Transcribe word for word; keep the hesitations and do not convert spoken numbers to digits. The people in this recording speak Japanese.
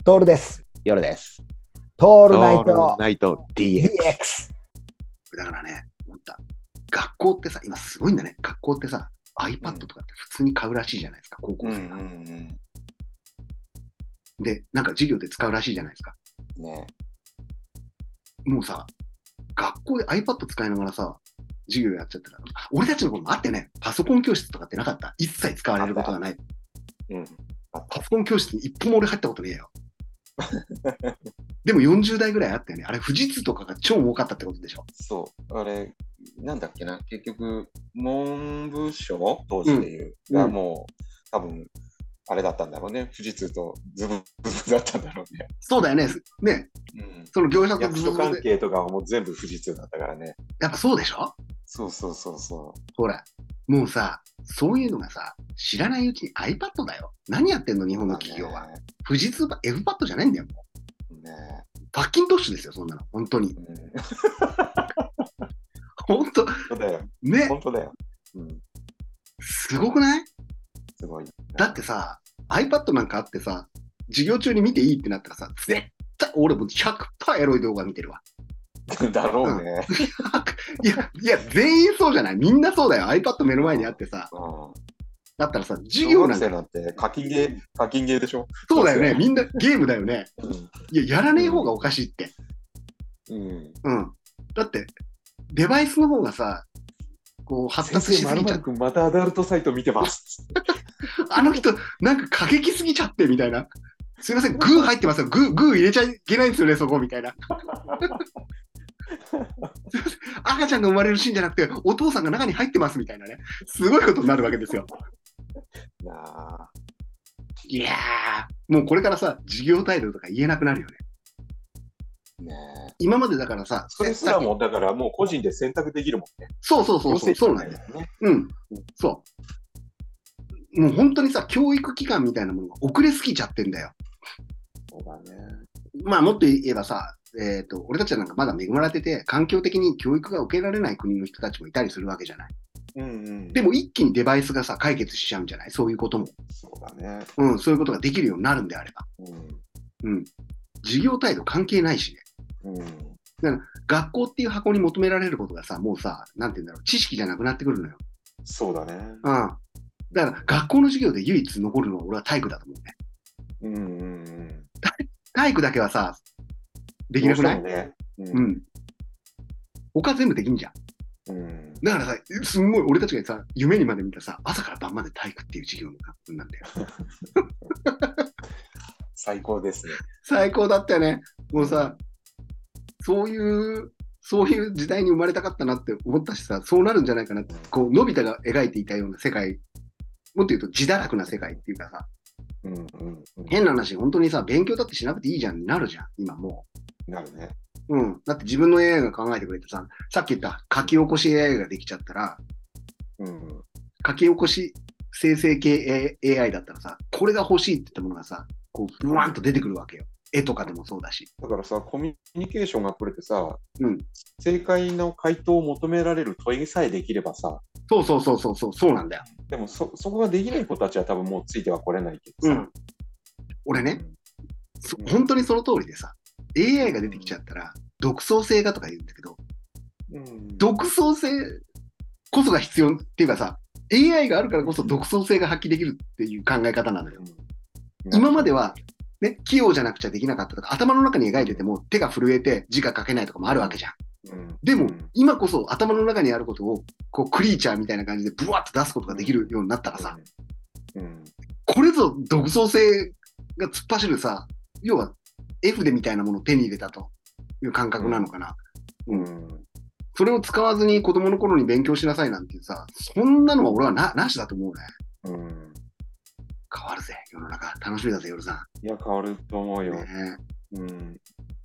トールです。 夜です。 トールナイオールトナイト ディーエックス。 ディーエックス。 だからね、思った。学校ってさ、今すごいんだね。学校ってさ、iPad とかって普通に買うらしいじゃないですか、高校生が。 うんうんで、なんか授業で使うらしいじゃないですか。 うん。ねもうさ、学校で iPad 使いながらさ、授業やっちゃったら、俺たちの頃もあってね、パソコン教室とかってなかった。一切使われることがない。 うん。 パソコン教室に一歩も俺入ったことねえよ。でもよんじゅう代ぐらいあったよね。あれ、富士通とかが超多かったってことでしょ。 そう。あれ、なんだっけな。結局、文部省当時でいう、 うんがもう、多分、あれだったんだろうね。富士通とズブズブだったんだろうね。 そうだよね。ね。 うん。 その業者と役所ズブズブで。 関係とかはもう全部富士通だったからね。 やっぱそうでしょ。 そうそうそうそほら、もうさ、そういうのがさ、知らないうちに iPad だよ。何やってんの、日う。 本の企業は。 ね富士通、エフパッドじゃないんだよ、もう。 ねパッキントッシュですよ、そんなの。本当に。 うん。 本当、 本当だよ。 ね、 本当だよ。うん。 すごくない？ すごい。 だってさ、iPad なんかあってさ、授業中に見ていいってなったらさ、絶対、俺もう ひゃくパーセント エロい動画見てるわ。 だろうね。 いや、いや、全員そうじゃない？みんなそうだよ。iPad 目の前にあってさ、 うん。 だったらさ、授小業なんか、 学生なんて課金ゲー、課金ゲーでしょ。 そうだよね。みんなゲームだよね。いや、やらねえ方がおかしいって。 うん。うん。 うん。だって、デバイスの方がさ、こう発先生、 達しすぎちゃって、 まるまるくんまたアダルトサイト見てます。 あの人、なんか過激すぎちゃって、みたいな。すいません、グー入ってますよ。グー、グー入れちゃいけないんですよね、そこ、みたいな。すいません、赤ちゃんが生まれるシーンじゃなくて、お父さんが中に入ってます、みたいなね。すごいことになるわけですよ。 なあ。 いやー、もうこれからさ、授業態度とか言えなくなるよね。 ねえ。 今までだからさ、 それすらも、だからもう個人で選択できるもんね。 そうそうそうそう、そうなんだよ。 ね。 うん、そう。もう本当にさ、教育機関みたいなものが遅れすぎちゃってんだよ。 そうだね。 まあもっと言えばさ、えっと、俺たちはなんかまだ恵まれてて、環境的に教育が受けられない国の人たちもいたりするわけじゃない。 うんうん。 でも一気にデバイスがさ、解決しちゃうんじゃない？そういうことも。 そうだね。 うん、そういうことができるようになるんであれば。 うん。 うん。授業態度関係ないしね。 うん。 だから学校っていう箱に求められることがさ、もうさ、なんて言うんだろう、知識じゃなくなってくるのよ。 そうだね。 うん。だから学校の授業で唯一残るのは俺は体育だと思うね。 うんうんうん。 体育だけはさ、できなくない？ どうしてもね。う。 うんん。他全部できんじゃん。 うん。 だからさ、すんごい俺たちがさ、夢にまで見たさ、朝から晩まで体育っていう授業なんだよ。 最高ですね。 最高だったよね。もうさ、そういう、そういう時代に生まれたかったなって思ったしさ、そうなるんじゃないかなって、こう、のび太が描いていたような世界、もっと言うと自堕落な世界っていうかさ、 うんうんうん。 変な話、本当にさ、勉強だってしなくていいじゃんになるじゃん、今もなるね。 う。うん。だって自分の エーアイ が考えてくれてさ、さっき言った書き起こし エーアイ ができちゃったら、 うん。 書き起こし生成系 エーアイ だったらさ、これが欲しいって言ったものがさ、こう、ブワーンと出てくるわけよ。絵とかでもそうだし。 だからさ、コミュニケーションが取れてさ、 うん。 正解の回答を求められる問いさえできればさ、 そうそうそうそうそう、そうなんだよ。 でもそ、そこができない子たちは多分もうついてはこれないけどさ。 うん。俺ね、そ本当にその通りでさ、エーアイ が出てきちゃったら、独創性がとか言うんだけど、 うん。 独創性こそが必要っていうかさ、エーアイ があるからこそ独創性が発揮できるっていう考え方なのよ。 うん。 今までは、ね、器用じゃなくちゃできなかったとか、頭の中に描いてても手が震えて字が書けないとかもあるわけじゃん。 うん、 でも、 うん今こそ頭の中にあることを、こう、クリーチャーみたいな感じでブワッと出すことができるようになったらさ、 うん、 これぞ独創性が突っ走るさ、要は絵筆みたいなものを手に入れたという感覚なのかな。う。 うんん、 それを使わずに子供の頃に勉強しなさいなんていうさ、そんなのは俺はな、なしだと思うね。 うん。 変わるぜ、世の中。楽しみだぜ、夜さいや、変わると思うよ。 ん。ねうん。